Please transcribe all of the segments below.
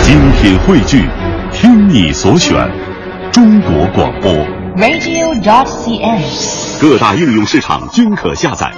精品汇聚，听你所选，中国广播 radio.cn， 各大应用市场均可下载。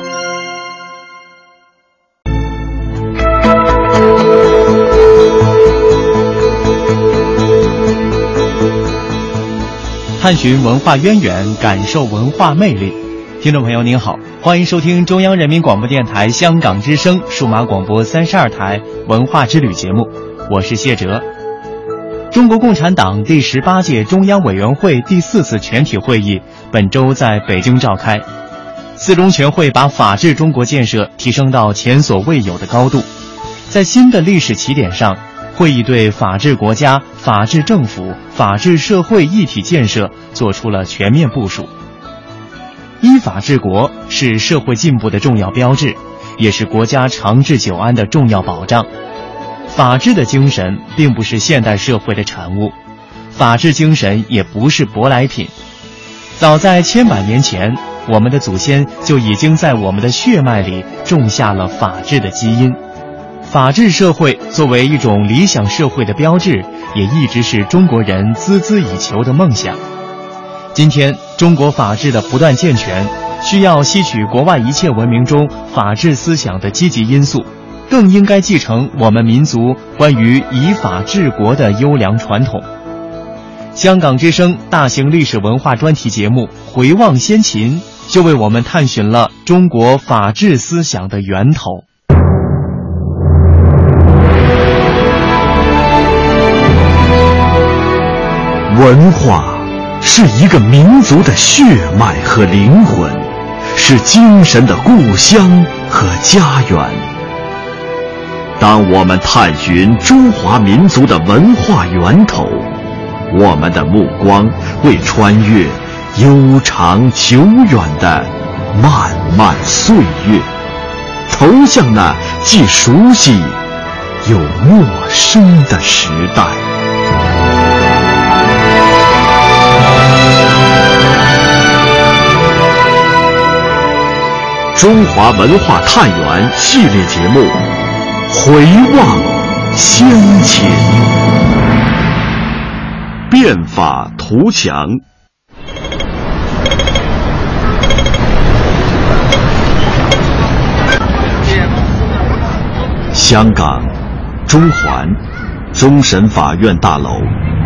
探寻文化渊源，感受文化魅力。听众朋友您好，欢迎收听中央人民广播电台香港之声数码广播32台文化之旅节目，我是谢哲。中国共产党第18届中央委员会第4次全体会议本周在北京召开。四中全会把法治中国建设提升到前所未有的高度，在新的历史起点上，会议对法治国家、法治政府、法治社会一体建设做出了全面部署。依法治国是社会进步的重要标志，也是国家长治久安的重要保障。法治的精神并不是现代社会的产物，法治精神也不是舶来品。早在千百年前，我们的祖先就已经在我们的血脉里种下了法治的基因。法治社会作为一种理想社会的标志，也一直是中国人孜孜以求的梦想。今天，中国法治的不断健全，需要吸取国外一切文明中法治思想的积极因素，更应该继承我们民族关于以法治国的优良传统。香港之声大型历史文化专题节目《回望先秦》就为我们探寻了中国法治思想的源头。 文化是一个民族的血脉和灵魂，是精神的故乡和家园。当我们探寻中华民族的文化源头，我们的目光会穿越悠长久远的漫漫岁月，投向那既熟悉又陌生的时代。中华文化探源系列节目《回望先秦》，变法图强。香港中环终审法院大楼。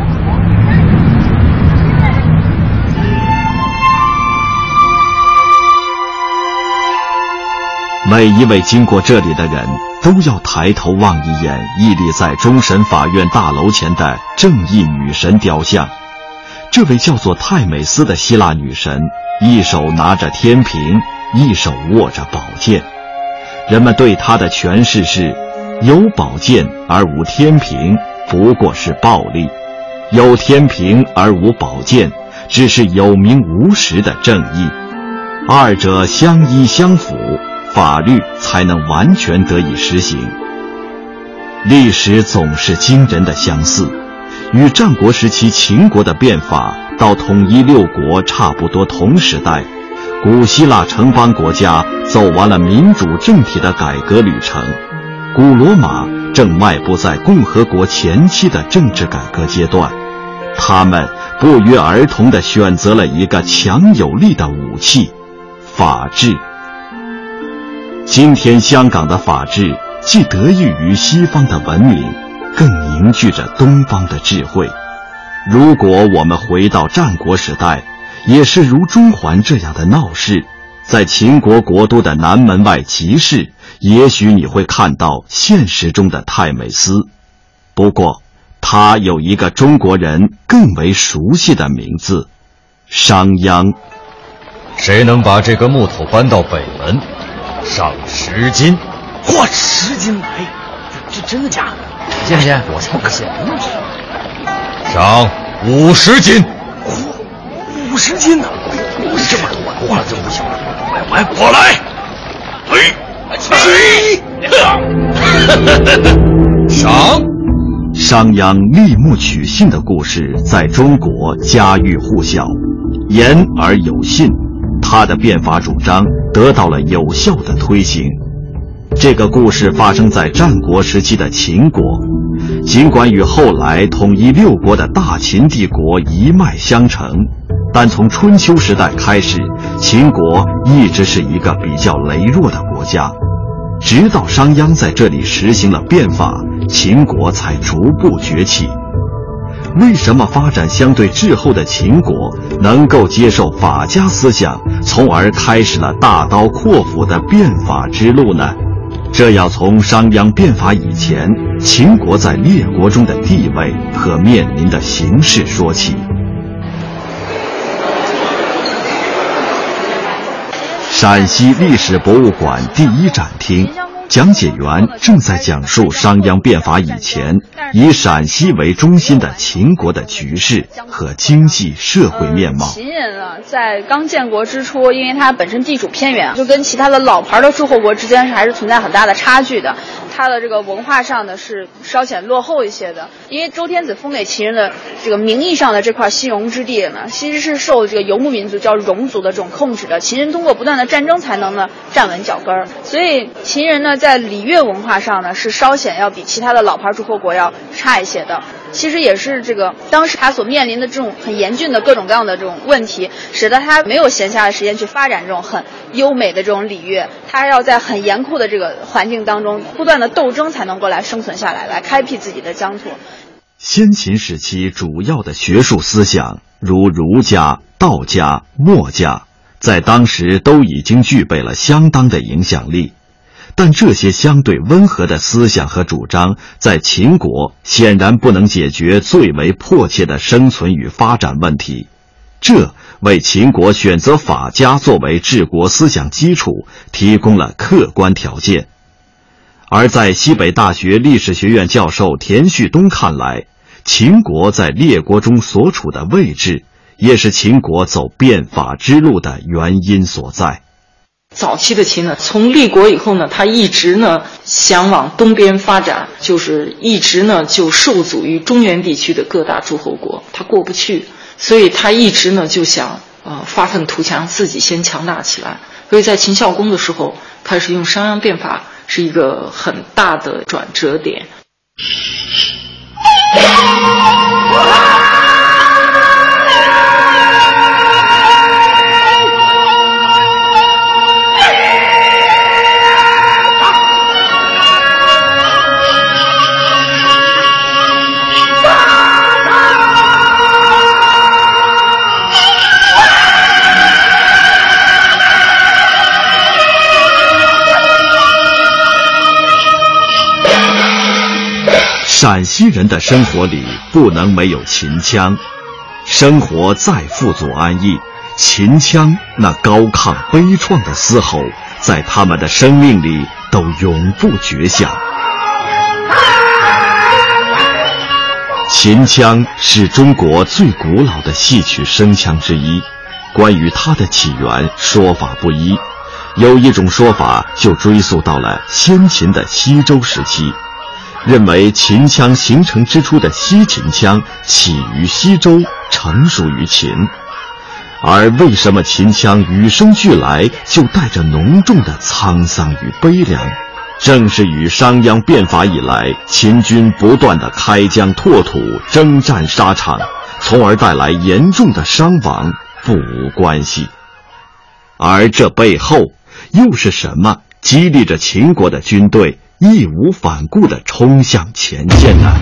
每一位经过这里的人都要抬头望一眼屹立在终审法院大楼前的正义女神雕像。这位叫做泰美斯的希腊女神，一手拿着天平，一手握着宝剑。人们对她的诠释是：有宝剑而无天平，不过是暴力；有天平而无宝剑，只是有名无实的正义。二者相依相辅，法律才能完全得以实行。历史总是惊人的相似，与战国时期秦国的变法到统一六国差不多同时代，古希腊城邦国家走完了民主政体的改革旅程，古罗马正迈步在共和国前期的政治改革阶段。他们不约而同地选择了一个强有力的武器——法治。今天香港的法治既得益于西方的文明，更凝聚着东方的智慧。如果我们回到战国时代，也是如中环这样的闹市，在秦国国都的南门外集市，也许你会看到现实中的泰美斯。不过他有一个中国人更为熟悉的名字——商鞅。 谁能把这个木头搬到北门，上10斤。 嚯，10斤来！这真的假的？ 信不信？ 我才不信。 上50斤。 嚯，50斤呢？这么多，我真不行。我来。 上。 商鞅立木取信的故事在中国家喻户晓，言而有信，他的变法主张得到了有效的推行。 这个故事发生在战国时期的秦国，尽管与后来统一六国的大秦帝国一脉相承，但从春秋时代开始，秦国一直是一个比较羸弱的国家，直到商鞅在这里实行了变法，秦国才逐步崛起。为什么发展相对滞后的秦国能够接受法家思想，从而开始了大刀阔斧的变法之路呢？这要从商鞅变法以前，秦国在列国中的地位和面临的形势说起。陕西历史博物馆第一展厅，讲解员正在讲述商鞅变法以前，以陕西为中心的秦国的局势和经济社会面貌。 秦人呢，在刚建国之初，因为它本身地处偏远，就跟其他的老牌的诸侯国之间还是存在很大的差距的。它的这个文化上呢是稍显落后一些的，因为周天子封给秦人的这个名义上的这块西戎之地呢，其实是受这个游牧民族叫戎族的这种控制的。秦人通过不断的战争才能呢站稳脚跟儿，所以秦人呢在礼乐文化上呢是稍显要比其他的老牌诸侯国要差一些的。其实也是这个当时他所面临的这种很严峻的各种各样的这种问题，使得他没有闲暇的时间去发展这种很优美的这种礼乐，他要在很严酷的这个环境当中不断的斗争才能够来生存下来，来开辟自己的疆土。 先秦时期主要的学术思想，如儒家、道家、墨家，在当时都已经具备了相当的影响力。但这些相对温和的思想和主张，在秦国显然不能解决最为迫切的生存与发展问题，这为秦国选择法家作为治国思想基础提供了客观条件。而在西北大学历史学院教授田旭东看来，秦国在列国中所处的位置，也是秦国走变法之路的原因所在。 早期的秦呢，从立国以后呢，他一直呢想往东边发展，就是一直呢就受阻于中原地区的各大诸侯国，他过不去，所以他一直呢就想发愤图强，自己先强大起来。所以在秦孝公的时候开始用商鞅变法，是一个很大的转折点。 陕西人的生活里不能没有秦腔，生活再富足安逸，秦腔那高亢悲怆的嘶吼，在他们的生命里都永不绝响。秦腔是中国最古老的戏曲声腔之一，关于它的起源说法不一，有一种说法就追溯到了先秦的西周时期，认为秦腔形成之初的西秦腔起于西周，成熟于秦。而为什么秦腔与生俱来就带着浓重的沧桑与悲凉，正是与商鞅变法以来秦军不断的开疆拓土，征战沙场，从而带来严重的伤亡不无关系。而这背后又是什么激励着秦国的军队义无反顾地冲向前线呢？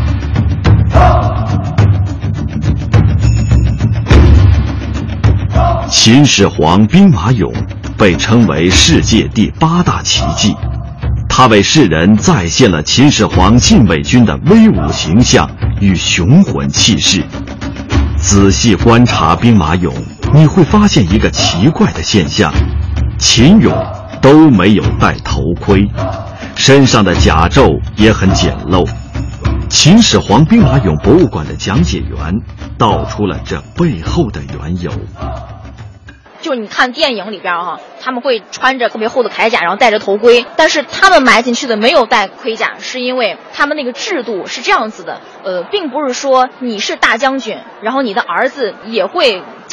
秦始皇兵马俑被称为世界第8大奇迹，它为世人再现了秦始皇禁卫军的威武形象与雄浑气势。仔细观察兵马俑，你会发现一个奇怪的现象，秦俑都没有戴头盔，身上的甲胄也很简陋。秦始皇兵马俑博物馆的讲解员道出了这背后的缘由。 就是你看电影里边他们会穿着特别厚的铠甲，然后戴着头盔，但是他们埋进去的没有戴盔甲，是因为他们那个制度是这样子的，并不是说你是大将军，然后你的儿子也会驾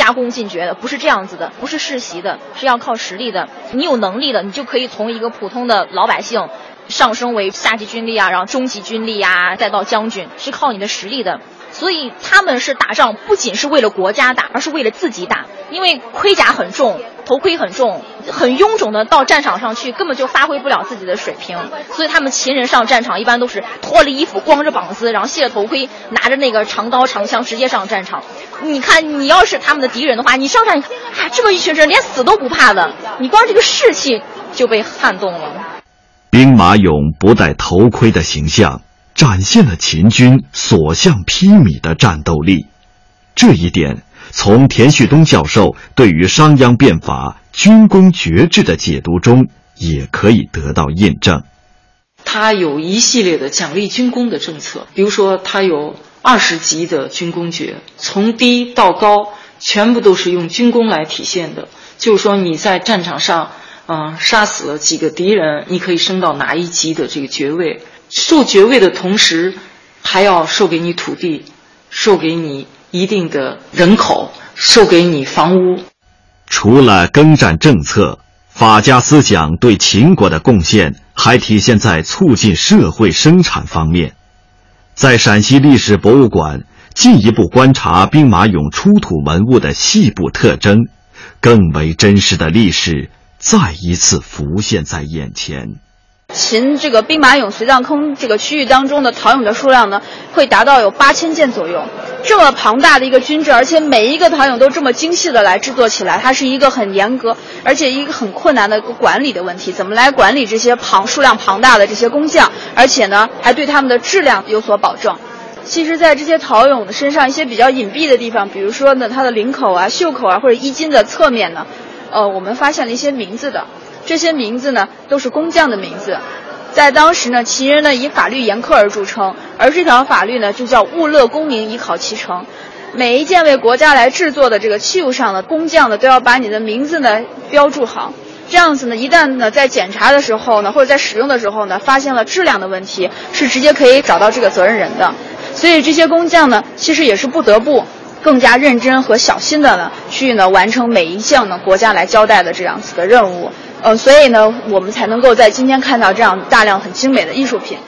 加功进爵的，不是这样子的，不是世袭的，是要靠实力的。你有能力的，你就可以从一个普通的老百姓上升为下级军力啊，然后中级军力啊，再到将军，是靠你的实力的。所以他们是打仗不仅是为了国家打，而是为了自己打。因为盔甲很重，头盔很重，很臃肿的到战场上去，根本就发挥不了自己的水平。所以他们秦人上战场一般都是脱了衣服，光着膀子，然后卸了头盔，拿着那个长刀长枪直接上战场。你看，你要是他们的敌人的话，你上战场，这么一群人连死都不怕的，你光这个士气就被撼动了。 兵马俑不戴头盔的形象展现了秦军所向披靡的战斗力，这一点从田旭东教授对于商鞅变法军功爵制的解读中也可以得到印证。 他有一系列的奖励军功的政策，比如说他有20级的军功爵，从低到高全部都是用军功来体现的。就是说你在战场上杀死了几个敌人，你可以升到哪一级的这个爵位。授爵位的同时还要授给你土地，授给你一定的人口，授给你房屋。 除了耕战政策，法家思想对秦国的贡献还体现在促进社会生产方面。在陕西历史博物馆进一步观察兵马俑出土文物的细部特征，更为真实的历史再一次浮现在眼前。 秦这个兵马俑随葬坑这个区域当中的陶俑的数量呢，会达到有8000件左右。这么庞大的一个军制，而且每一个陶俑都这么精细的来制作起来，它是一个很严格，而且一个很困难的管理的问题。怎么来管理这些数量庞大的这些工匠，而且呢，还对他们的质量有所保证。其实在这些陶俑的身上一些比较隐蔽的地方，比如说呢，它的领口啊、袖口啊，或者衣襟的侧面呢，我们发现了一些名字的。这些名字呢，都是工匠的名字。在当时呢，秦人呢以法律严苛而著称，而这条法律呢就叫物勒功名，以考其成。每一件为国家来制作的这个器物上的工匠呢，都要把你的名字呢标注好。这样子呢，一旦呢在检查的时候呢，或者在使用的时候呢，发现了质量的问题，是直接可以找到这个责任人的。所以这些工匠呢，其实也是不得不更加认真和小心的呢，去呢完成每一项呢国家来交代的这样子的任务。所以呢，我们才能够在今天看到这样大量很精美的艺术品。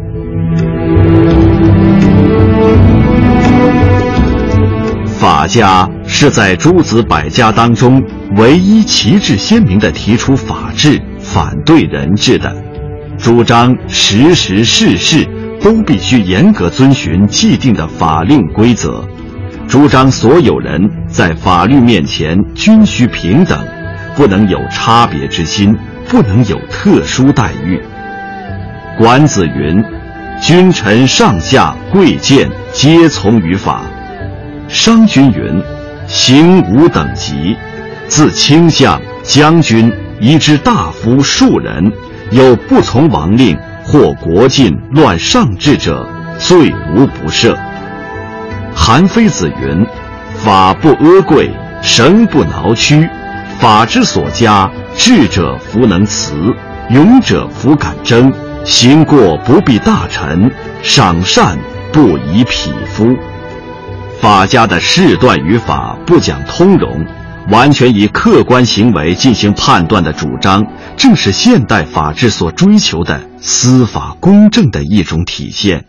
法家是在诸子百家当中唯一旗帜鲜明地提出法治、反对人治的，主张时时事事都必须严格遵循既定的法令规则，主张所有人在法律面前均须平等，不能有差别之心，不能有特殊待遇。管子云：君臣上下贵贱皆从于法。商君云：行无等级，自卿相、将军以至大夫庶人，有不从王令或国禁乱上制者，罪无不赦。韩非子云：法不阿贵，绳不挠屈，法之所加，智者弗能辞，勇者弗敢争，行过不必大臣，赏善不以匹夫。法家的事断于法，不讲通融，完全以客观行为进行判断的主张，正是现代法治所追求的司法公正的一种体现。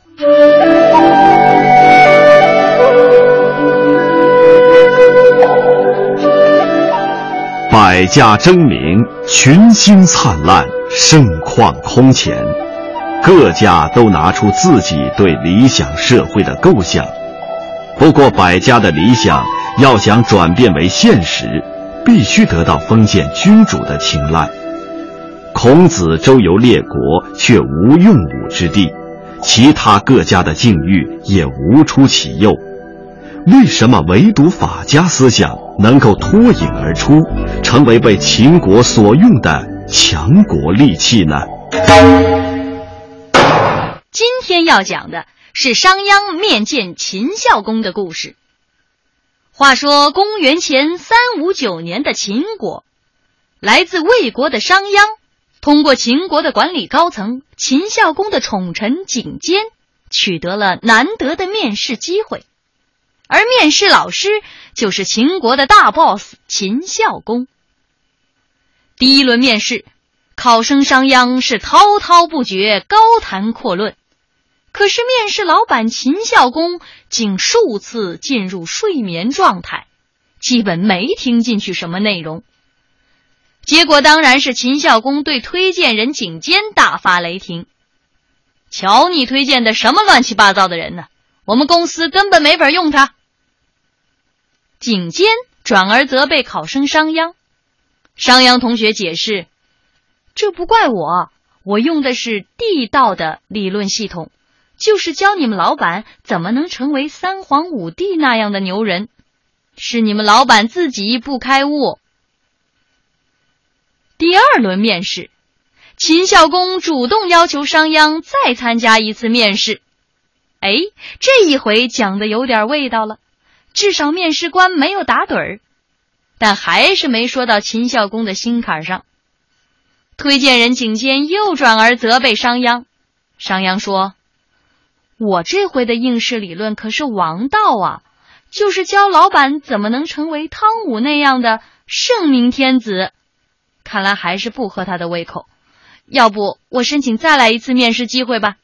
百家争鸣，群星灿烂，盛况空前，各家都拿出自己对理想社会的构想。不过百家的理想要想转变为现实，必须得到封建君主的青睐。孔子周游列国，却无用武之地，其他各家的境遇也无出其右。为什么唯独法家思想能够脱颖而出，成为被秦国所用的强国利器呢？ 今天要讲的是商鞅面见秦孝公的故事。话说公元前359年的秦国，来自魏国的商鞅通过秦国的管理高层秦孝公的宠臣景监，取得了难得的面试机会。 而面试老师就是秦国的大 boss 秦孝公。第一轮面试，考生商鞅是滔滔不绝，高谈阔论，可是面试老板秦孝公竟数次进入睡眠状态，基本没听进去什么内容。结果当然是秦孝公对推荐人景监大发雷霆，瞧你推荐的什么乱七八糟的人呢，我们公司根本没法用他。景监转而责备考生商鞅，商鞅同学解释，这不怪我用的是地道的理论系统，就是教你们老板怎么能成为三皇五帝那样的牛人，是你们老板自己不开悟。第二轮面试，秦孝公主动要求商鞅再参加一次面试。这一回讲的有点味道了，至少面试官没有打盹儿，但还是没说到秦孝公的心坎上。推荐人景监又转而责备商鞅，商鞅说，我这回的应试理论可是王道啊，就是教老板怎么能成为汤武那样的圣明天子，看来还是不合他的胃口，要不我申请再来一次面试机会吧。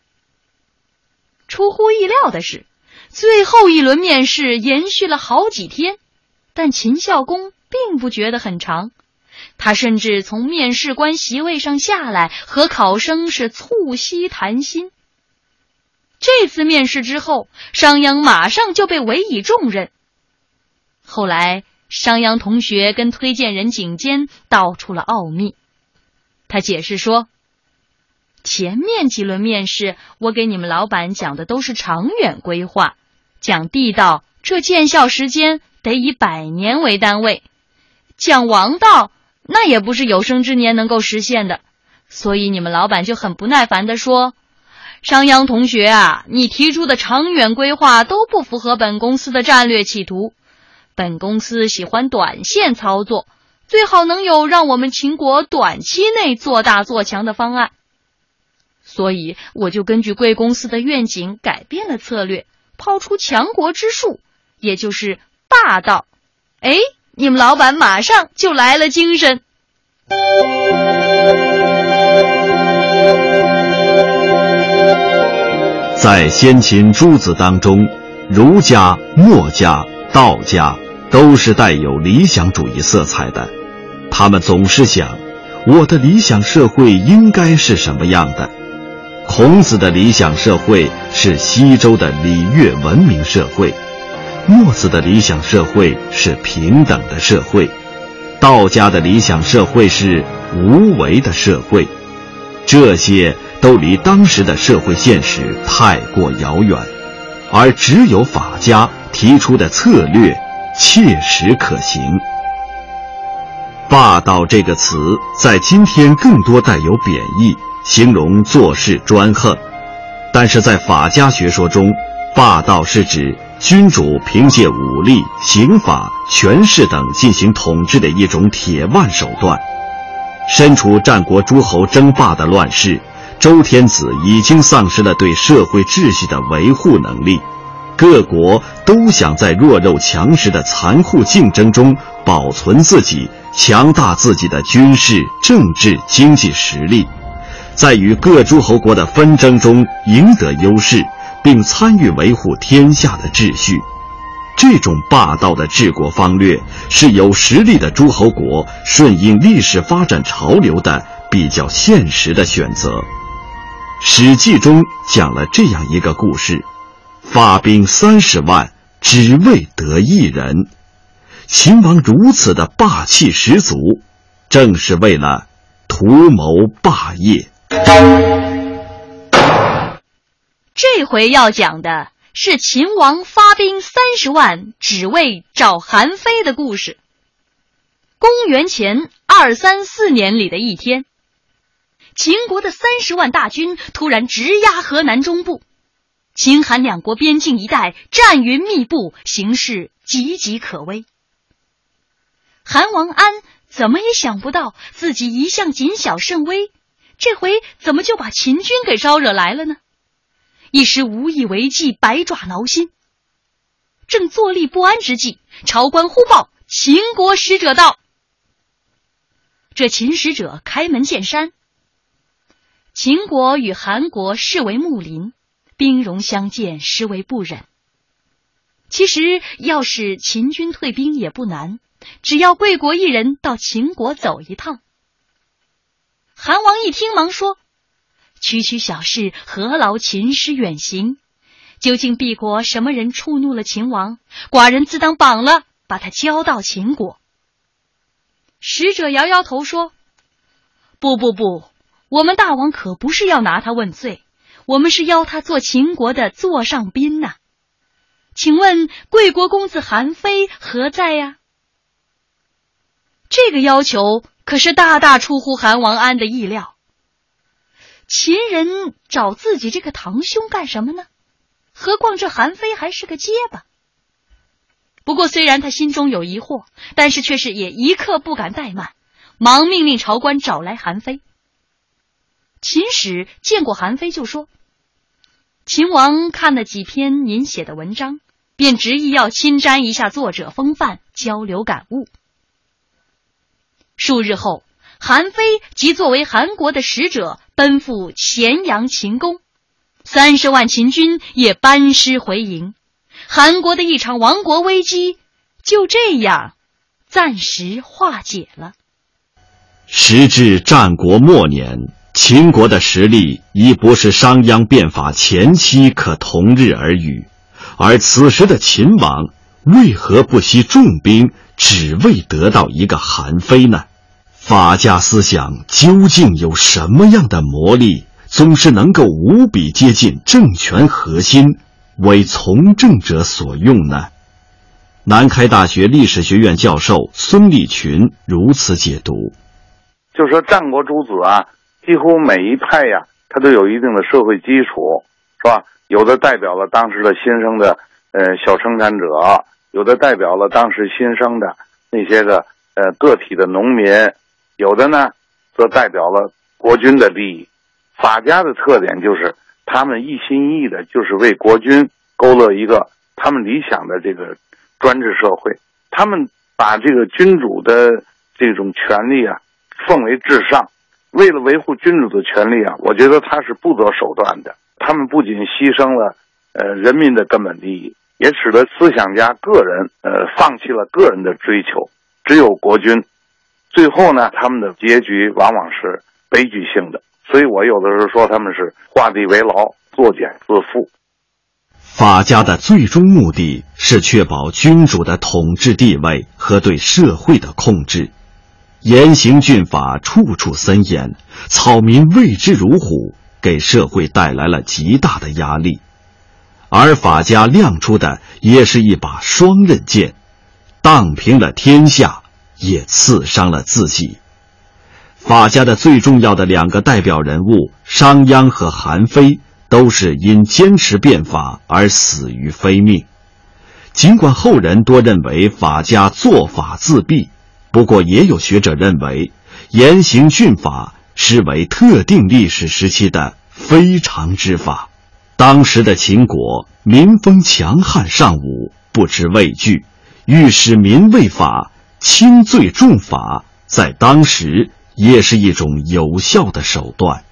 出乎意料的是，最后一轮面试延续了好几天，但秦孝公并不觉得很长，他甚至从面试官席位上下来，和考生是促膝谈心。这次面试之后，商鞅马上就被委以重任。后来商鞅同学跟推荐人景监道出了奥秘，他解释说，前面几轮面试我给你们老板讲的都是长远规划，讲地道，这见效时间得以100年为单位，讲王道那也不是有生之年能够实现的，所以你们老板就很不耐烦地说，商鞅同学啊，你提出的长远规划都不符合本公司的战略企图，本公司喜欢短线操作，最好能有让我们秦国短期内做大做强的方案。所以我就根据贵公司的愿景改变了策略，抛出强国之术，也就是霸道。你们老板马上就来了精神。 在先秦诸子当中，儒家、墨家、道家都是带有理想主义色彩的，他们总是想，我的理想社会应该是什么样的。孔子的理想社会是西周的礼乐文明社会，墨子的理想社会是平等的社会，道家的理想社会是无为的社会，这些都离当时的社会现实太过遥远，而只有法家提出的策略切实可行。霸道这个词在今天更多带有贬义，形容做事专横，但是在法家学说中，霸道是指君主凭借武力、刑法、权势等进行统治的一种铁腕手段。身处战国诸侯争霸的乱世，周天子已经丧失了对社会秩序的维护能力，各国都想在弱肉强食的残酷竞争中保存自己，强大自己的军事、政治、经济实力，在与各诸侯国的纷争中赢得优势，并参与维护天下的秩序。这种霸道的治国方略是有实力的诸侯国顺应历史发展潮流的比较现实的选择。《史记》中讲了这样一个故事，发兵30万，只为得一人。秦王如此的霸气十足，正是为了图谋霸业。 这回要讲的是秦王发兵30万只为找韩非的故事。公元前234年里的一天，秦国的30万大军突然直压河南中部，秦韩两国边境一带战云密布，形势岌岌可危。韩王安怎么也想不到自己一向谨小慎微，这回怎么就把秦军给招惹来了呢？一时无以为继，百爪挠心。 正坐立不安之际，朝官忽报秦国使者到。这秦使者开门见山，秦国与韩国视为睦邻，兵戎相见，实为不忍。其实要使秦军退兵也不难，只要贵国一人到秦国走一趟。韩王一听，忙说：区区小事，何劳秦师远行？究竟敝国什么人触怒了秦王？寡人自当绑了，把他交到秦国。使者摇摇头说：不，我们大王可不是要拿他问罪，我们是邀他做秦国的座上宾呐。请问贵国公子韩非何在呀？这个要求可是大大出乎韩王安的意料。秦人找自己这个堂兄干什么呢？何况这韩非还是个结巴。不过虽然他心中有疑惑，但是却是也一刻不敢怠慢，忙命令朝官找来韩非。秦使见过韩非就说：秦王看了几篇您写的文章，便执意要亲瞻一下作者风范，交流感悟。数日后，韩非即作为韩国的使者奔赴咸阳秦宫，30万秦军也班师回营，韩国的一场亡国危机就这样暂时化解了。 时至战国末年，秦国的实力已不是商鞅变法前期可同日而语，而此时的秦王为何不惜重兵，只为得到一个韩非呢？法家思想究竟有什么样的魔力，总是能够无比接近政权核心，为从政者所用呢？南开大学历史学院教授孙立群如此解读： 就说战国诸子啊，几乎每一派呀，它都有一定的社会基础，是吧？有的代表了当时的新生的小生产者，有的代表了当时新生的那些个个体的农民，有的呢则代表了国军的利益。法家的特点就是他们一心一意的就是为国军勾勒一个他们理想的这个专制社会，他们把这个君主的这种权利啊奉为至上，为了维护君主的权利啊，我觉得他是不择手段的。他们不仅牺牲了人民的根本利益，也使得思想家个人放弃了个人的追求，只有国军。最后呢，他们的结局往往是悲剧性的。所以我有的时候说他们是画地为牢，作茧自缚。 法家的最终目的是确保君主的统治地位和对社会的控制。严刑峻法，处处森严，草民畏之如虎，给社会带来了极大的压力。而法家亮出的也是一把双刃剑，荡平了天下，也刺伤了自己。法家的最重要的2个代表人物商鞅和韩非，都是因坚持变法而死于非命。尽管后人多认为法家做法自毙，不过也有学者认为严刑峻法是为特定历史时期的非常之法。当时的秦国民风强悍尚武，不知畏惧，欲使民畏法，轻罪重罚，在当时也是一种有效的手段。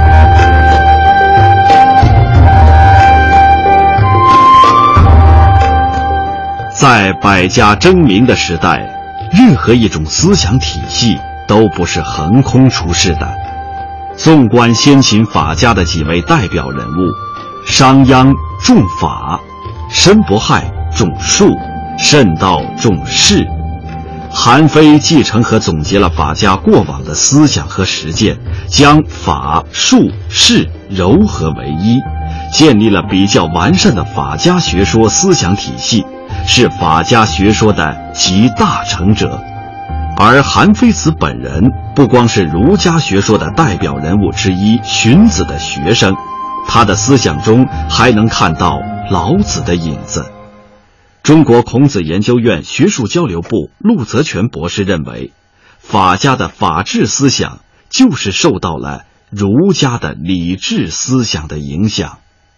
在百家争鸣的时代，任何一种思想体系都不是横空出世的。纵观先秦法家的几位代表人物，商鞅重法，申不害重术，慎道重势。韩非继承和总结了法家过往的思想和实践，将法、术、势糅合为一，建立了比较完善的法家学说思想体系，是法家学说的集大成者。而韩非子本人不光是儒家学说的代表人物之一荀子的学生，他的思想中还能看到老子的影子。中国孔子研究院学术交流部陆泽全博士认为，法家的法治思想就是受到了儒家的礼治思想的影响。 孔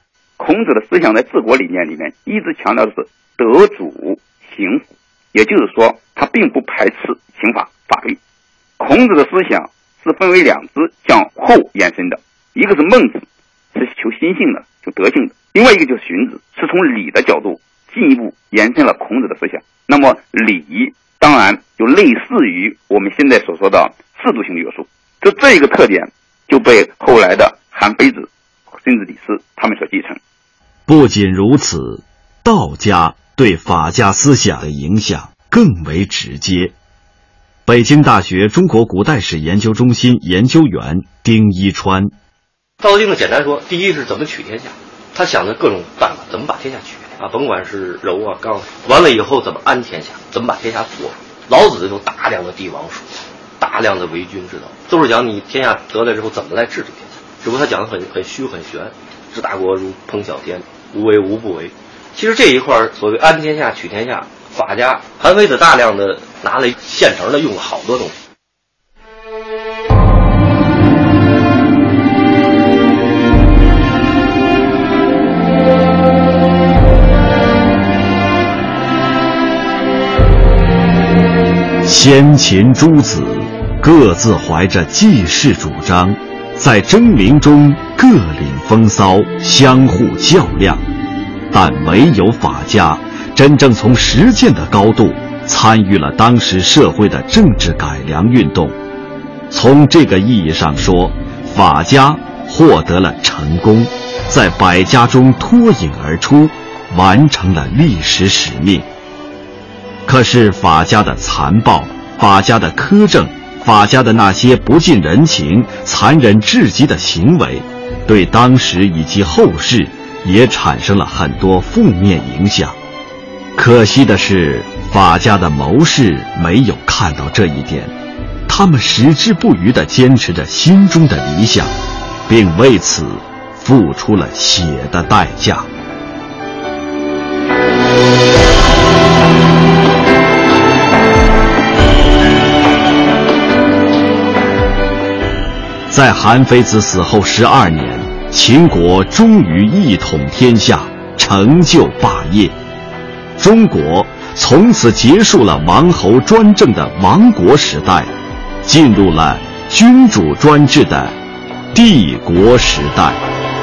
孔子的思想在治国理念里面一直强调的是德主刑辅，也就是说他并不排斥刑法法律。孔子的思想是分为两支向后延伸的，一个是孟子，是求心性的，求德性的，另外一个就是荀子，是从礼的角度进一步延伸了孔子的思想。那么礼当然就类似于我们现在所说的制度性的约束，这一个特点就被后来的韩非子甚至李斯他们所继承。 不仅如此，道家对法家思想的影响更为直接。北京大学中国古代史研究中心研究员丁一川， 道经呢，简单说，第一是怎么取天下，他想的各种办法，怎么把天下取啊，甭管是柔啊刚，完了以后怎么安天下，怎么把天下做。老子有大量的帝王术，大量的为君之道，都是讲你天下得来之后怎么来治这天下。只不过他讲的很虚很玄，治大国如烹小天，无为无不为。其实这一块所谓安天下取天下，法家韩非子大量的拿了现成的，用了好多东西。 先秦诸子各自怀着济世主张，在争鸣中各领风骚，相互较量，但唯有法家真正从实践的高度参与了当时社会的政治改良运动。从这个意义上说，法家获得了成功，在百家中脱颖而出，完成了历史使命。可是法家的残暴，法家的苛政，法家的那些不近人情、残忍至极的行为，对当时以及后世也产生了很多负面影响。可惜的是，法家的谋士没有看到这一点，他们矢志不渝地坚持着心中的理想，并为此付出了血的代价。在韩非子死后12年，秦国终于一统天下，成就霸业。中国从此结束了王侯专政的王国时代，进入了君主专制的帝国时代。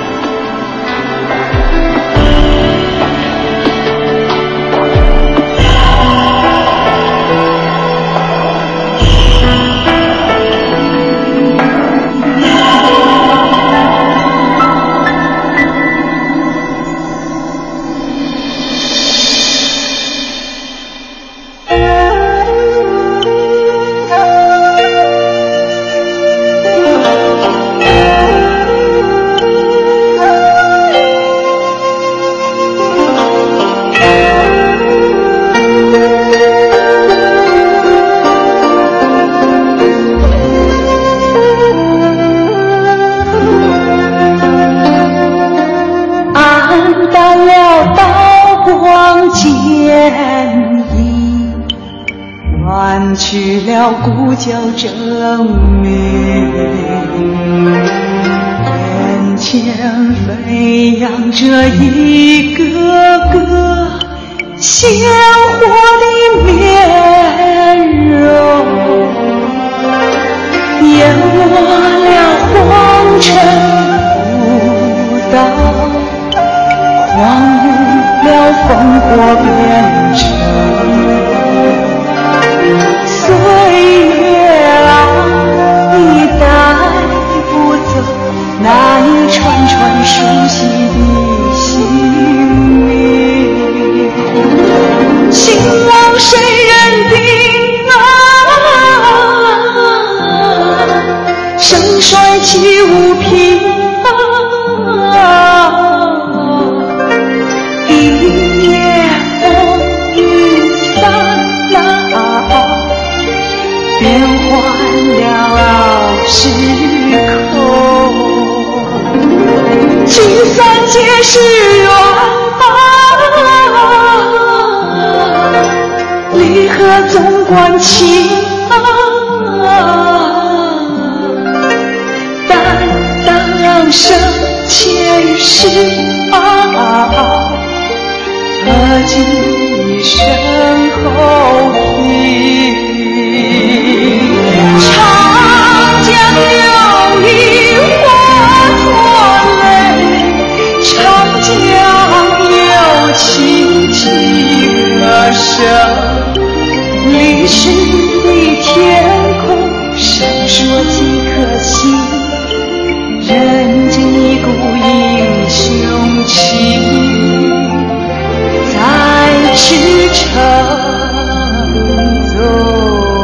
去了故旧争鸣，眼前飞扬着一个个鲜活的面容，淹没了黄尘古道，荒芜了烽火边城。岁月啊，你带不走那一串串熟悉的姓名，兴亡谁人定啊？盛衰岂无凭啊？一夜风雨散了，变换了时空，聚散皆是缘离合总关情担当生前世侧进你身后听。长江流域花落泪，长江有清凄歌声。历史的天空闪烁几颗星，人间一股英雄情在驰骋中。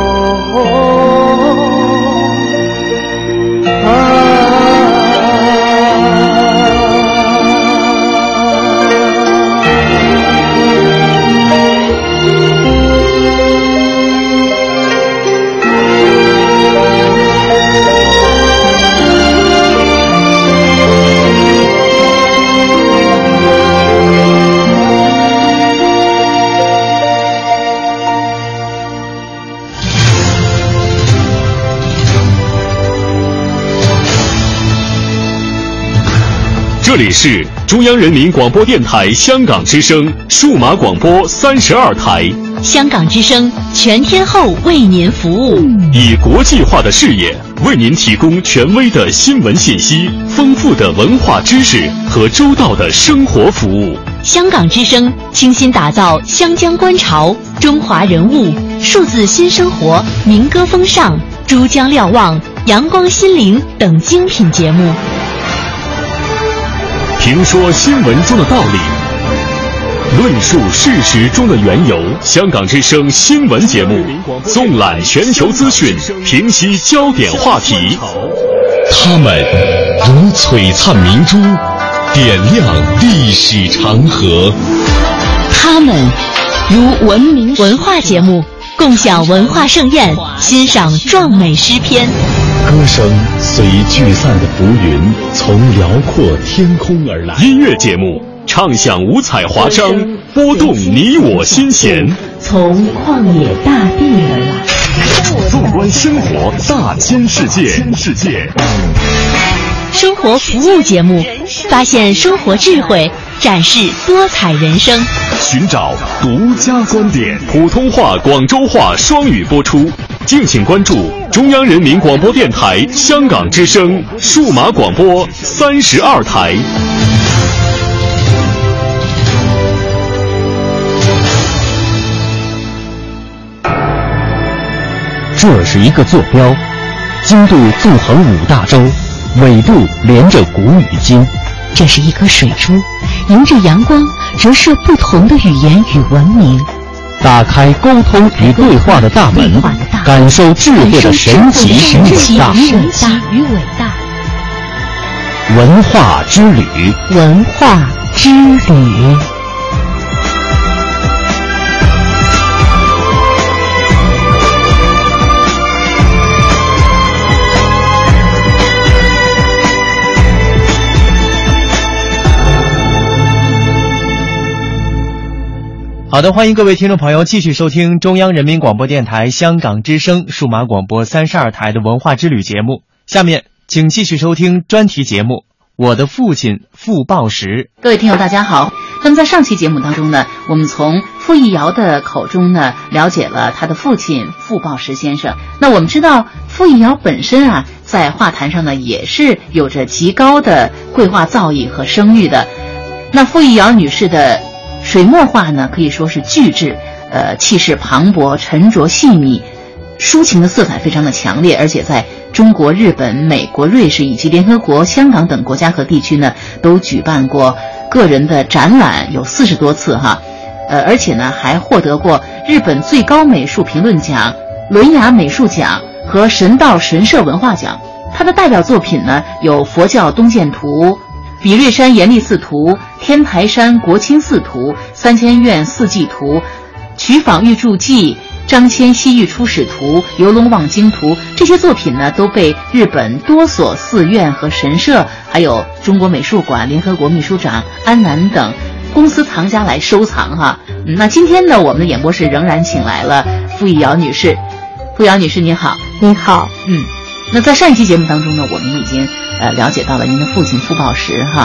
这里是中央人民广播电台香港之声数码广播32台， 香港之声全天候为您服务， 以国际化的视野为您提供权威的新闻信息、丰富的文化知识和周到的生活服务。 香港之声倾心打造湘江观潮、中华人物、数字新生活、民歌风尚、珠江瞭望、阳光心灵等精品节目。 评说新闻中的道理，论述事实中的缘由。香港之声新闻节目纵览全球资讯，平息焦点话题。他们如璀璨明珠，点亮历史长河。 他们如文明文化节目，共享文化盛宴，欣赏壮美诗篇。 歌声随聚散的浮云，从辽阔天空而来。音乐节目畅享五彩华章，拨动你我心弦。 从旷野大地而来， 纵观生活大千世界。 生活服务节目，发现生活智慧，展示多彩人生， 寻找独家观点。普通话、广州话双语播出。敬请关注中央人民广播电台香港之声数码广播32台。 这是一个坐标，经度纵横5大洲，纬度连着古与今。 这是一颗水珠，迎着阳光折射不同的语言与文明。 打开沟通与对话的大门，感受智慧的神奇与伟大。文化之旅， 文化之旅。 好的，欢迎各位听众朋友继续收听中央人民广播电台香港之声数码广播32台的文化之旅节目。下面请继续收听专题节目《我的父亲傅抱石》。 各位听友大家好，那么在上期节目当中呢，我们从傅艺尧的口中呢了解了他的父亲傅抱石先生。那我们知道傅艺尧本身啊在画坛上呢也是有着极高的绘画造诣和声誉的。那傅艺尧女士的水墨画呢可以说是巨制，气势磅礴、沉着细密，抒情的色彩非常的强烈，而且在中国、日本、美国、瑞士以及联合国、香港等国家和地区呢都举办过个人的展览，有40多次哈，而且呢还获得过日本最高美术评论奖、伦雅美术奖和神道神社文化奖。他的代表作品呢有佛教东渐图、比略山阎立寺图、天台山国清寺图、三千院四季图、曲坊玉柱记、张骞西域出使图、游龙望京图。这些作品呢都被日本多所寺院和神社，还有中国美术馆、联合国秘书长安南等公司藏家来收藏哈。那今天呢，我们的演播室仍然请来了傅艺尧女士。傅艺尧女士您好。 您好。 那在上一期节目当中呢，我们已经了解到了您的父亲傅抱石哈。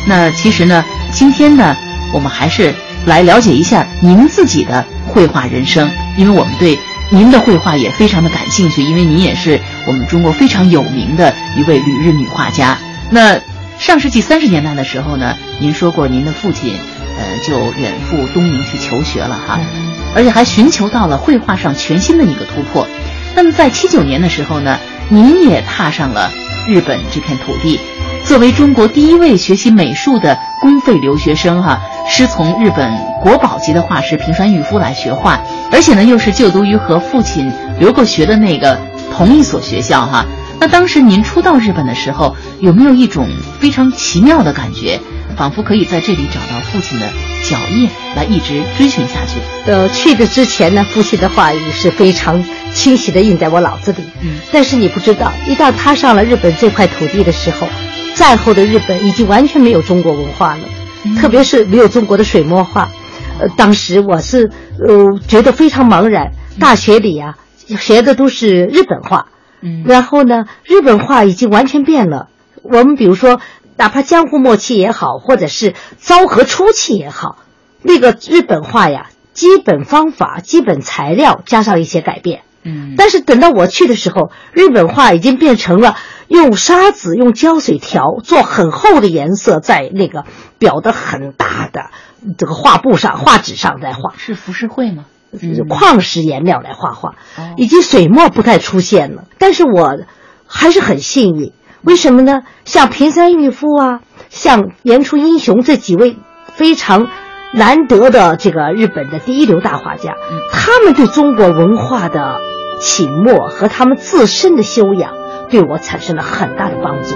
那其实呢，今天呢，我们还是来了解一下您自己的绘画人生，因为我们对您的绘画也非常的感兴趣，因为您也是我们中国非常有名的一位旅日女画家。那上世纪30年代的时候呢，您说过您的父亲就远赴东瀛去求学了哈，而且还寻求到了绘画上全新的一个突破。那么在79年的时候呢，您也踏上了日本这片土地，作为中国第一位学习美术的公费留学生哈，师从日本国宝级的画师平山裕夫来学画，而且呢又是就读于和父亲留过学的那个同一所学校哈。那当时您初到日本的时候，有没有一种非常奇妙的感觉，仿佛可以在这里找到父亲的脚印，来一直追寻下去？ 去的之前呢，父亲的话语是非常清晰的印在我脑子里。但是你不知道，一旦踏上了日本这块土地的时候，战后的日本已经完全没有中国文化了，特别是没有中国的水墨画。当时我是觉得非常茫然。大学里啊，学的都是日本画。然后呢，日本画已经完全变了。我们比如说，哪怕江户末期也好，或者是昭和初期也好，那个日本画呀，基本方法、基本材料加上一些改变。但是等到我去的时候，日本画已经变成了用沙子、用胶水条做很厚的颜色，在那个裱得很大的这个画布上、画纸上来画。 是浮世绘吗？ 矿石颜料来画画，已经水墨不太出现了。但是我还是很幸运，为什么呢？像平山裕夫啊，像岩出英雄这几位非常难得的这个日本的第一流大画家，他们对中国文化的启墨和他们自身的修养，对我产生了很大的帮助。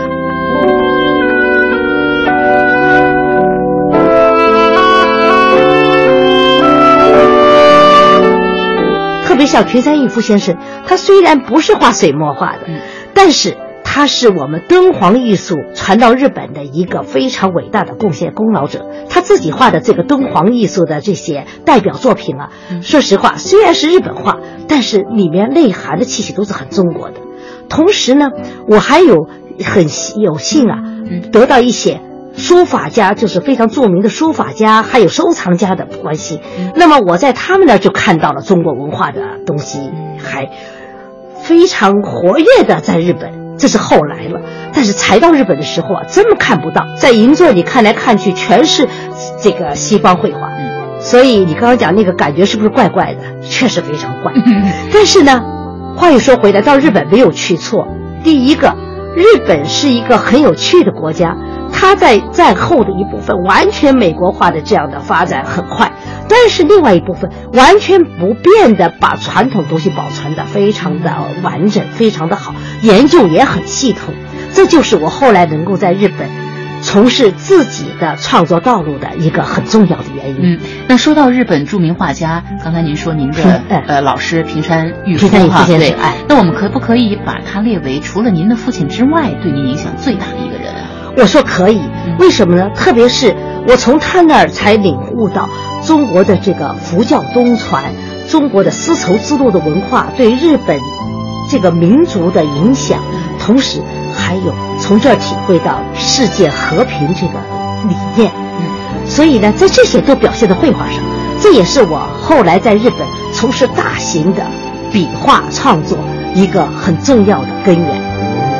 特别像平山裕夫先生，他虽然不是画水墨画的，但是他是我们敦煌艺术传到日本的一个非常伟大的贡献功劳者。他自己画的这个敦煌艺术的这些代表作品啊，说实话虽然是日本画，但是里面内涵的气息都是很中国的。同时呢，我还很有幸啊，得到一些书法家，就是非常著名的书法家还有收藏家的关系。那么我在他们那儿就看到了中国文化的东西，还非常活跃的在日本，这是后来了。但是才到日本的时候啊，真的看不到，在银座里看来看去全是这个西方绘画。所以你刚刚讲那个感觉是不是怪怪的？确实非常怪。但是呢，话又说回来，到日本没有去错。第一个，日本是一个很有趣的国家，它在战后的一部分完全美国化的这样的发展很快，但是另外一部分完全不变的把传统东西保存的非常的完整，非常的好，研究也很系统。这就是我后来能够在日本从事自己的创作道路的一个很重要的原因。 那说到日本著名画家，刚才您说您的老师平山裕夫先生， 那我们可不可以把他列为除了您的父亲之外对您影响最大的一个人啊？ 我说可以，为什么呢？特别是我从他那儿才领悟到中国的这个佛教东传，中国的丝绸之路的文化对日本这个民族的影响，同时还有从这儿体会到世界和平这个理念。所以呢，在这些都表现在绘画上，这也是我后来在日本从事大型的笔画创作一个很重要的根源。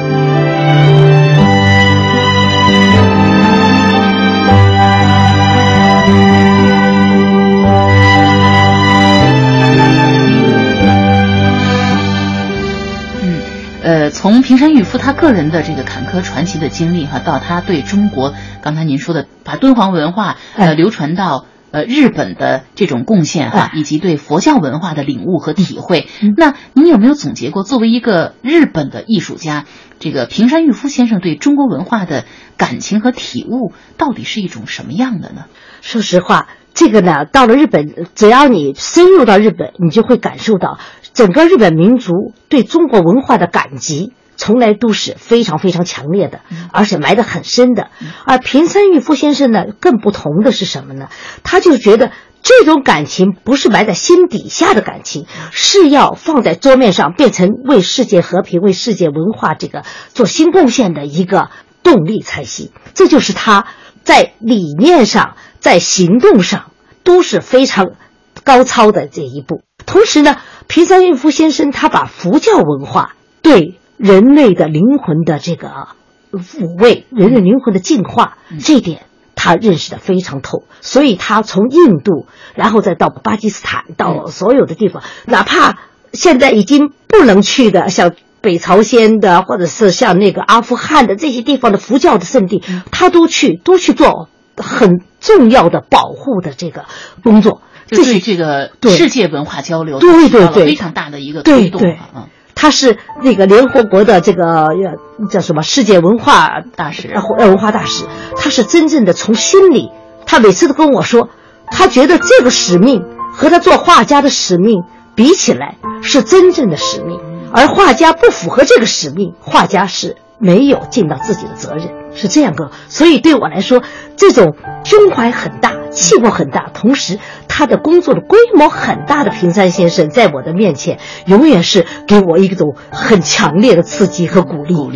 从平山裕夫他个人的这个坎坷传奇的经历哈，到他对中国刚才您说的把敦煌文化流传到日本的这种贡献哈，以及对佛教文化的领悟和体会，那您有没有总结过，作为一个日本的艺术家，这个平山裕夫先生对中国文化的感情和体悟到底是一种什么样的呢？ 说实话，这个呢，到了日本，只要你深入到日本，你就会感受到整个日本民族对中国文化的感激从来都是非常非常强烈的，而且埋得很深的。而平山裕夫先生呢，更不同的是什么呢？他就觉得这种感情不是埋在心底下的感情，是要放在桌面上，变成为世界和平、为世界文化这个做新贡献的一个动力才行。这就是他在理念上，在行动上都是非常高超的这一步。同时呢，平山郁夫先生他把佛教文化对人类的灵魂的这个抚慰，人类灵魂的净化，这一点他认识的非常透。所以他从印度，然后再到巴基斯坦，到所有的地方，哪怕现在已经不能去的，像北朝鲜的，或者是像那个阿富汗的这些地方的佛教的圣地，他都去做很重要的保护的这个工作， 就对这个世界文化交流对非常大的一个推动。 对，他是那个联合国的这个叫什么世界文化大使， 文化大使，他是真正的从心里，他每次都跟我说，他觉得这个使命和他做画家的使命比起来是真正的使命，而画家不符合这个使命，画家是没有尽到自己的责任，是这样个。所以对我来说，这种胸怀很大，气魄很大，同时他的工作的规模很大的平山先生，在我的面前永远是给我一种很强烈的刺激和鼓励。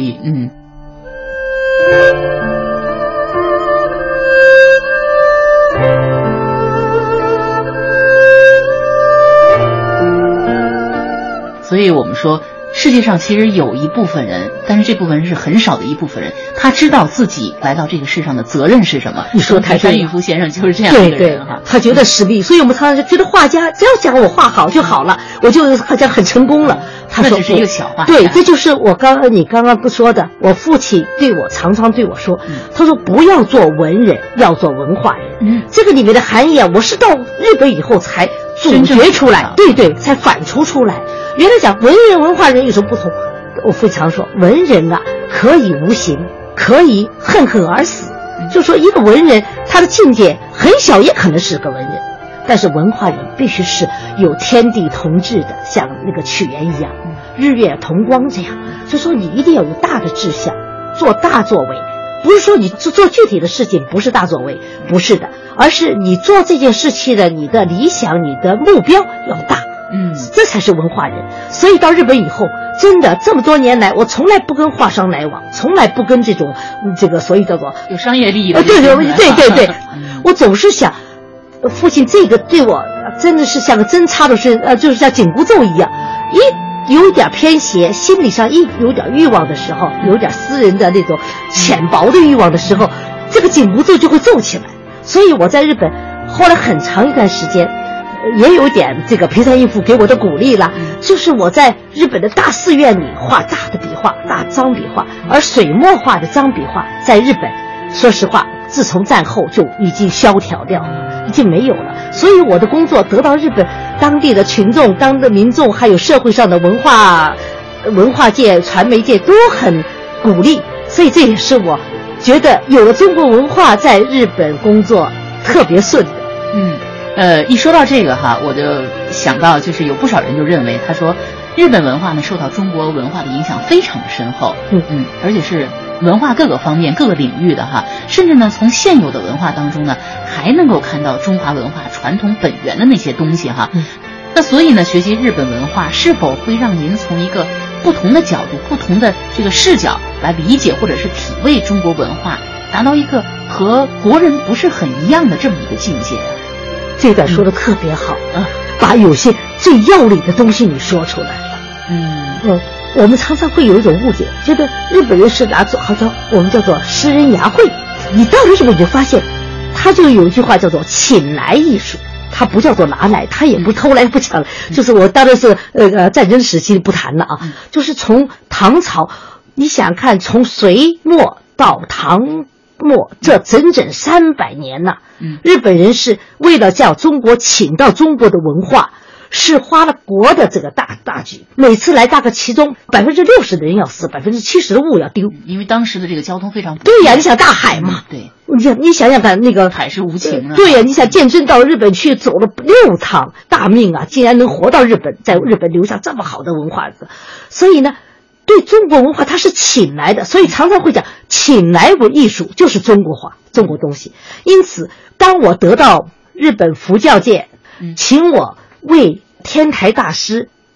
所以我们说，世界上其实有一部分人，但是这部分人是很少的一部分人，他知道自己来到这个世上的责任是什么。 你说平山郁夫先生就是这样一个人哈， 他觉得使命，所以我们常常觉得画家只要讲我画好就好了，我就好像很成功了。他说这只是一个小画家。 对，这就是你刚刚不说的，我父亲常常对我说，他说不要做文人，要做文化人。这个里面的含义啊，我是到日本以后才总结出来，对，才反刍出来。原来讲文人文化人有什么不同？我父亲常说，文人啊可以无形，可以恨恨而死。就说一个文人，他的境界很小，也可能是个文人。但是文化人必须是有天地同志的，像那个曲原一样，日月同光这样。就说你一定要有大的志向，做大作为。不是说你做具体的事情不是大作为，不是的，而是你做这件事情的你的理想、你的目标要大。这才是文化人。所以到日本以后，真的这么多年来，我从来不跟画商来往，从来不跟这种所以叫做有商业利益的。 对，我总是想，父亲这个对我真的是像个针插的就是像紧箍咒一样，有一点偏斜，心理上有点欲望的时候，有点私人的那种浅薄的欲望的时候，这个紧箍咒就会皱起来。所以我在日本后来很长一段时间，也有点这个平山郁夫给我的鼓励了，就是我在日本的大寺院里画大的笔画，大张笔画，而水墨画的张笔画在日本，说实话，自从战后就已经萧条掉了，已经没有了。所以我的工作得到日本当地的群众、当地民众，还有社会上的文化界、传媒界都很鼓励。所以这也是我觉得有了中国文化在日本工作特别顺的。 一说到这个哈，我就想到就是有不少人就认为，他说日本文化呢受到中国文化的影响非常的深厚，而且是文化各个方面、各个领域的哈，甚至呢从现有的文化当中呢，还能够看到中华文化传统本源的那些东西哈。那所以呢，学习日本文化是否会让您从一个不同的角度、不同的这个视角来理解或者是体味中国文化，达到一个和国人不是很一样的这么一个境界？ 这段说的特别好把有些最要理的东西你说出来了。我们常常会有一种误解，觉得日本人是好像我们叫做诗人雅慧。你到了日本你就发现，他就有一句话叫做请来艺术，他不叫做拿来，他也不偷来不抢，就是我当然是战争时期不谈了啊，就是从唐朝，你想看从隋末到唐末这整整300年了，日本人是为了叫中国请到中国的文化，是花了国的这个大局，每次来大概其中60%的人要死，70%的物要丢， 因为当时的这个交通非常对呀，你想大海嘛， 对， 你想想看那个海是无情的， 对呀，你想鉴真到日本去走了6趟，大命啊，竟然能活到日本，在日本留下这么好的文化，所以呢。对中国文化它是请来的，所以常常会讲请来文艺术就是中国化，中国东西。因此当我得到日本佛教界请我为天台大师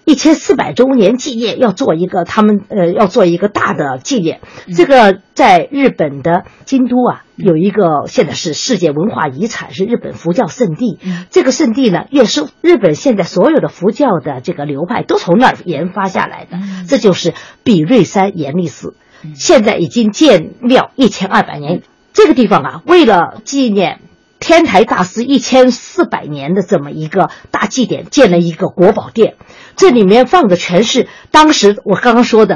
1400周年纪念要做一个要做一个大的纪念。这个在日本的京都啊，有一个现在是世界文化遗产，是日本佛教圣地。这个圣地呢，也是日本现在所有的佛教的这个流派都从那儿研发下来的。这就是比瑞山严立寺，现在已经建庙1200年。这个地方啊，为了纪念天台大师1400年的这么一个大祭典，建了一个国宝殿，这里面放的全是当时我刚刚说的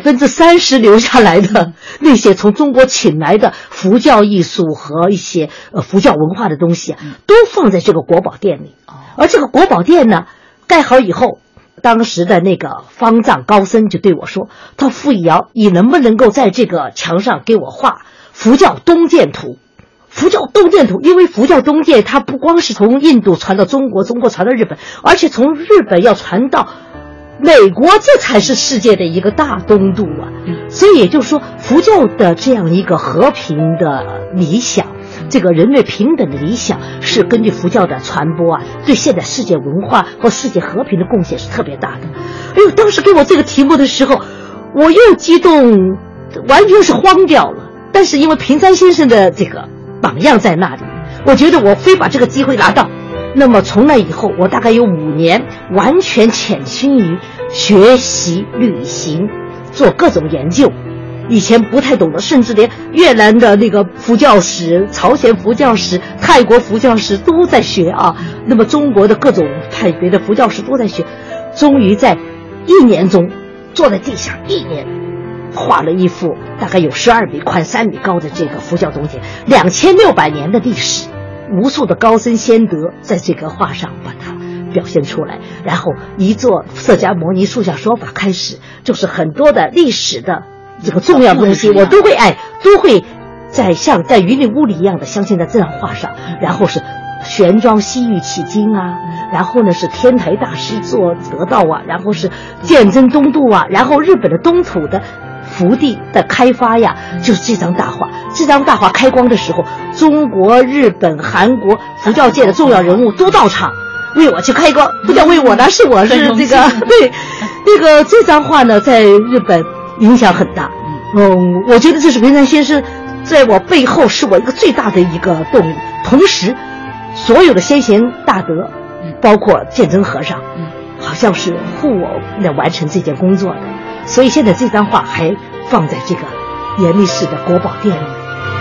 30%留下来的那些从中国请来的佛教艺术和一些佛教文化的东西啊，都放在这个国宝殿里。而这个国宝殿呢，盖好以后，当时的那个方丈高僧就对我说，他傅以尧，你能不能够在这个墙上给我画佛教东渐图？佛教东渐图，因为佛教东渐它不光是从印度传到中国，中国传到日本，而且从日本要传到美国，这才是世界的一个大东渡啊。所以也就是说，佛教的这样一个和平的理想，这个人类平等的理想，是根据佛教的传播啊，对现在世界文化和世界和平的贡献是特别大的。哎呦，当时给我这个题目的时候，我又激动，完全是慌掉了。但是因为平山先生的这个榜样在那里，我觉得我非把这个机会拿到。那么从那以后，我大概有5年完全潜心于学习、旅行、做各种研究。以前不太懂的，甚至连越南的那个佛教史、朝鲜佛教史、泰国佛教史都在学啊。那么中国的各种派别的佛教史都在学。终于在1年中，坐在地下1年，画了一幅大概有12米宽、3米高的这个佛教东渐，2600年的历史，无数的高僧先德在这个画上把它表现出来。然后一座释迦牟尼塑像说法开始，就是很多的历史的这个重要的东西，我都会像在云里雾里一样的镶嵌在这张画上。然后是玄奘西域取经啊，然后呢是天台大师做得道啊，然后是鉴真东渡啊，然后日本的东土的福地的开发呀，就是这张大画。这张大画开光的时候，中国、日本、韩国佛教界的重要人物都到场为我去开光，不叫为我呢，是我是这个对那个这张画呢，在日本影响很大。我觉得这是平山先生在我背后是我一个最大的一个动力。同时，所有的先贤大德，包括鉴真和尚，好像是护我来完成这件工作的。所以现在这张画还放在这个严立寺的国宝殿里。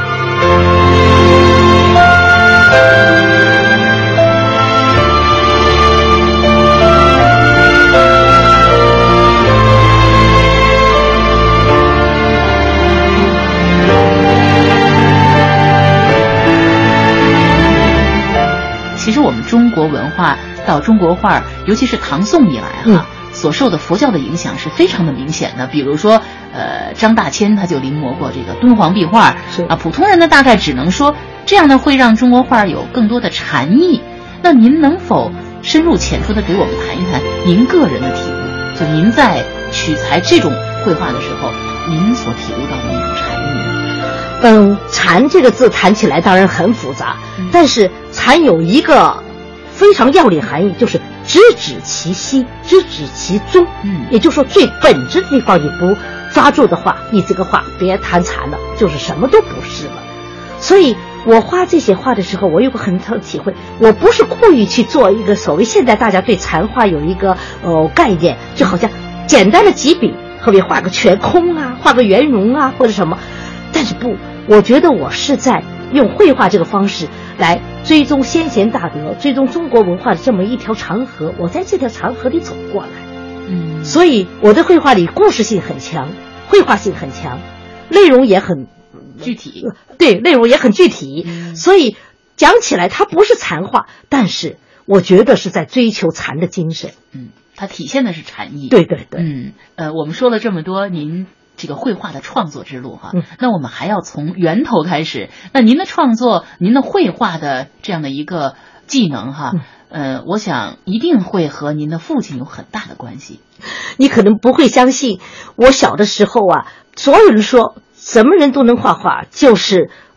其实我们中国文化到中国画，尤其是唐宋以来所受的佛教的影响是非常的明显的。比如说张大千他就临摹过这个敦煌壁画啊，普通人呢大概只能说这样呢会让中国画有更多的禅意。那您能否深入浅出的给我们谈一谈您个人的体悟，就您在取材这种绘画的时候，您所体悟到的那种禅意？ 禅这个字谈起来当然很复杂，但是禅有一个非常要领含义，就是直指其心，直指其中。也就是说最本质的地方你不抓住的话，你这个画别谈禅了，就是什么都不是了。所以我画这些画的时候，我有个很大的体会，我不是故意去做一个所谓现在大家对禅画有一个概念，就好像简单的几笔，特别画个全空啊，画个圆融啊，或者什么。但是不，我觉得我是在用绘画这个方式来追踪先贤大德，追踪中国文化的这么一条长河，我在这条长河里走过来。所以我的绘画里故事性很强，绘画性很强，内容也很具体。 对，内容也很具体。所以讲起来它不是禅画，但是我觉得是在追求禅的精神。 它体现的是禅意。 对对对。 我们说了这么多，您这个绘画的创作之路哈，那我们还要从源头开始。那您的创作，您的绘画的这样的一个技能哈，我想一定会和您的父亲有很大的关系。 你可能不会相信，我小的时候啊，所有人说什么人都能画画，就是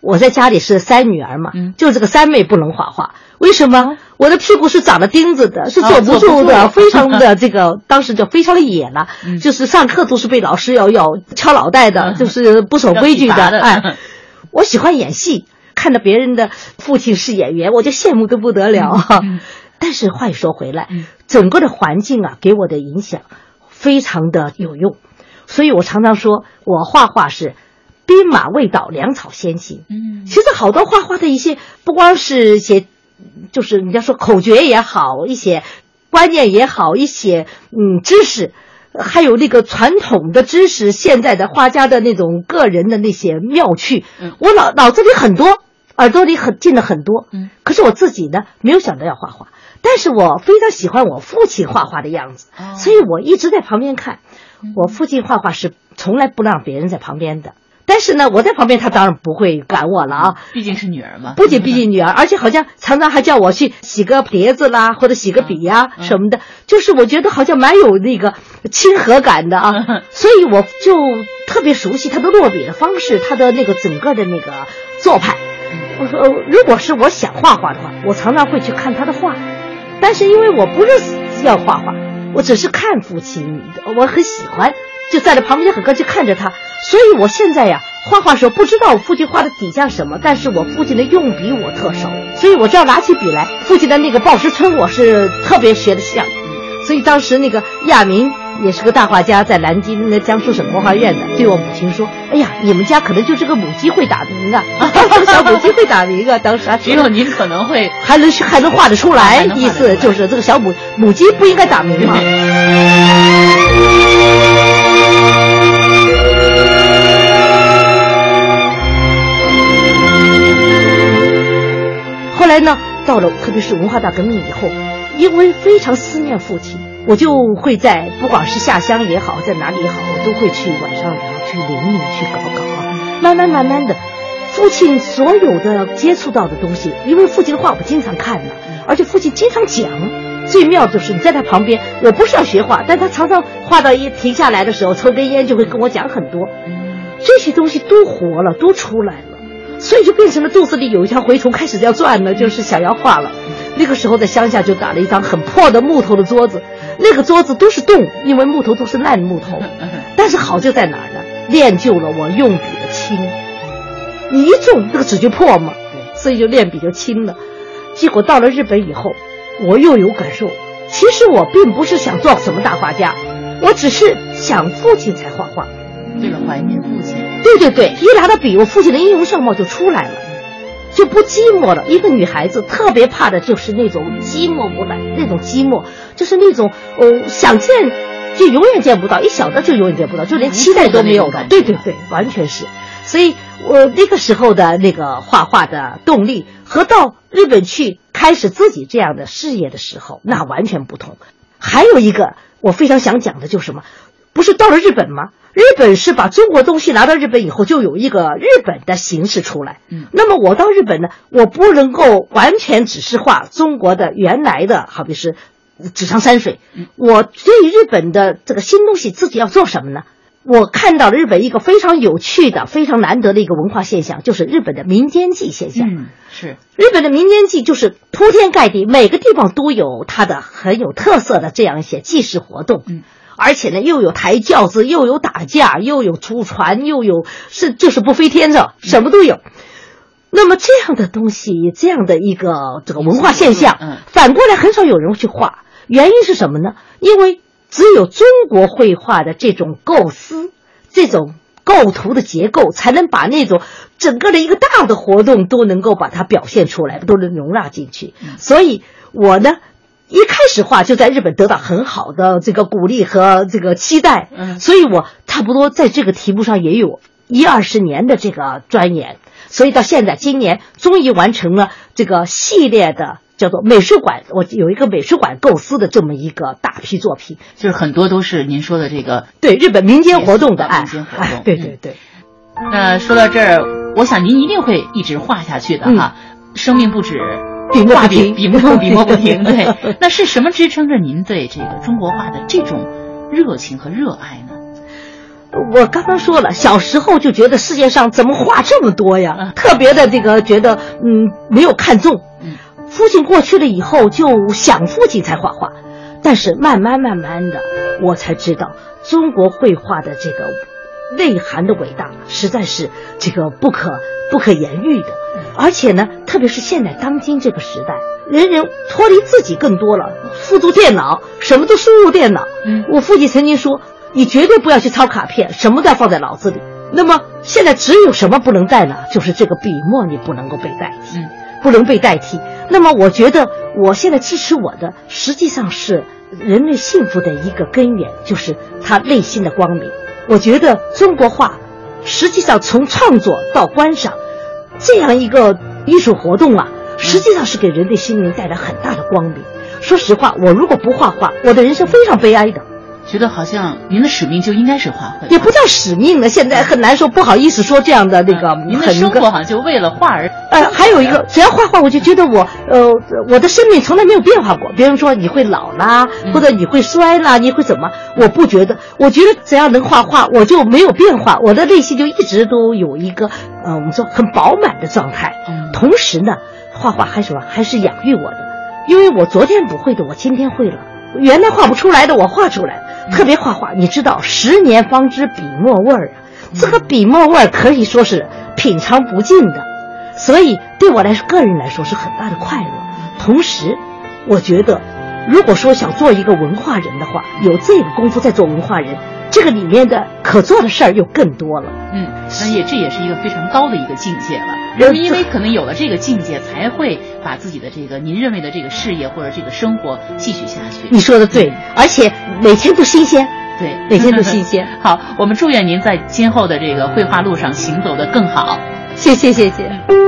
我在家里是三女儿嘛，就这个三妹不能画画，为什么？我的屁股是长了钉子的，是坐不住的，非常的这个，当时就非常的野了，就是上课都是被老师要敲脑袋的，就是不守规矩的。哎，我喜欢演戏，看到别人的父亲是演员，我就羡慕得不得了。但是话又说回来，整个的环境啊，给我的影响非常的有用，所以我常常说，我画画是兵马未到，粮草先行。其实好多画画的一些，不光是一些，就是人家说口诀也好，一些观念也好，一些知识，还有那个传统的知识，现在的画家的那种个人的那些妙趣，我脑子里很多，耳朵里进了很多。可是我自己呢，没有想到要画画，但是我非常喜欢我父亲画画的样子，所以我一直在旁边看。我父亲画画是从来不让别人在旁边的。但是呢，我在旁边，他当然不会赶我了啊， 毕竟是女儿嘛。 不仅毕竟女儿，而且好像常常还叫我去洗个碟子啦，或者洗个笔呀什么的，就是我觉得好像蛮有那个亲和感的啊，所以我就特别熟悉他的落笔的方式，他的那个整个的那个做派。我说，如果是我想画画的话，我常常会去看他的画，但是因为我不是要画画，我只是看父亲，我很喜欢。就在那旁边很高，就看着他，所以我现在呀画画时候不知道我父亲画的底下什么，但是我父亲的用笔我特熟，所以我只要拿起笔来，父亲的那个报时村我是特别学得像。所以当时那个亚明也是个大画家，在南京的江苏省国画院的，对我母亲说：“哎呀，你们家可能就是个母鸡会打鸣啊，小母鸡会打鸣啊。”当时只有您可能会还能画得出来，意思就是这个小母鸡不应该打鸣嘛。后来呢，到了特别是文化大革命以后，因为非常思念父亲，我就会在不管是下乡也好，在哪里也好，我都会去晚上去领去搞啊。慢慢的，父亲所有的接触到的东西，因为父亲的画我经常看的，而且父亲经常讲。最妙就是你在他旁边，我不是要学画，但他常常画到一停下来的时候，抽根烟就会跟我讲很多，这些东西都活了，都出来了，所以就变成了肚子里有一条蛔虫开始要转了，就是想要画了。那个时候在乡下就打了一张很破的木头的桌子，那个桌子都是洞，因为木头都是烂木头，但是好就在哪儿呢？练就了我用笔的轻，你一重那个纸就破嘛，所以就练笔就轻了。结果到了日本以后，我又有感受，其实我并不是想做什么大画家，我只是想父亲才画画， 为了怀念父亲。 对，一拿到笔，我父亲的音容相貌就出来了，就不寂寞了。一个女孩子特别怕的就是那种寂寞不来，那种寂寞就是那种想见就永远见不到，一想到就永远见不到，就连期待都没有的。对，完全是。所以我那个时候的那个画画的动力和到日本去开始自己这样的事业的时候，那完全不同。还有一个我非常想讲的就是什么，不是到了日本吗？日本是把中国东西拿到日本以后，就有一个日本的形式出来。那么我到日本呢，我不能够完全只是画中国的原来的，好比是纸上山水。我对日本的这个新东西自己要做什么呢？我看到了日本一个非常有趣的、非常难得的一个文化现象，就是日本的民间祭现象。 是日本的民间祭就是铺天盖地，每个地方都有它的很有特色的这样一些祭祀活动。而且呢，又有抬轿子，又有打架，又有出船，又有就是不飞天的，什么都有。那么这样的东西，这样的一个这个文化现象，反过来很少有人去画。原因是什么呢？因为只有中国绘画的这种构思，这种构图的结构，才能把那种整个的一个大的活动都能够把它表现出来，都能容纳进去。所以我呢，一开始画就在日本得到很好的这个鼓励和这个期待，所以我差不多在这个题目上也有10-20年的这个钻研，所以到现在今年终于完成了这个系列的叫做美术馆，我有一个美术馆构思的这么一个大批作品， 就是很多都是您说的这个对日本民间活动的民间活动。 对。 那说到这儿，我想您一定会一直画下去的哈，生命不止。 笔墨不停， 笔墨不停。对，那是什么支撑着您对这个中国画的这种热情和热爱呢？ 我刚刚说了，小时候就觉得世界上怎么画这么多呀，特别的觉得没有看中。父亲过去了以后，就想父亲才画画，但是慢慢的，我才知道中国绘画的这个内涵的伟大，实在是这个不可言喻的。而且呢，特别是现在当今这个时代，人人脱离自己更多了，付诸电脑，什么都输入电脑。我父亲曾经说，你绝对不要去抄卡片，什么都要放在脑子里。那么现在只有什么不能带呢？就是这个笔墨你不能够被代替，不能被代替。那么我觉得我现在支持我的，实际上是人类幸福的一个根源，就是他内心的光明。我觉得中国画实际上从创作到观赏这样一个艺术活动啊，实际上是给人类心灵带来很大的光明。说实话，我如果不画画，我的人生非常悲哀的。 觉得好像您的使命就应该是画画， 也不叫使命了，现在很难说，不好意思说这样的您的生活好像就为了画而还有一个，只要画画，我就觉得我的生命从来没有变化过。别人说你会老啦，或者你会衰啦，你会怎么？我不觉得，我觉得只要能画画，我就没有变化，我的内心就一直都有一个我们说很饱满的状态。同时呢，画画还是养育我的，因为我昨天不会的，我今天会了。原来画不出来的，我画出来了。特别画画，你知道10年方知笔墨味儿啊，这个笔墨味儿可以说是品尝不尽的，所以对我来说，个人来说是很大的快乐。同时，我觉得，如果说想做一个文化人的话，有这个功夫在做文化人，这个里面的可做的事儿又更多了。 这也是一个非常高的一个境界了。人们因为可能有了这个境界，才会把自己的这个您认为的这个事业或者这个生活继续下去。 你说的对，而且每天都新鲜。 对， 每天都新鲜。 好，我们祝愿您在今后的这个绘画路上行走得更好。 谢谢。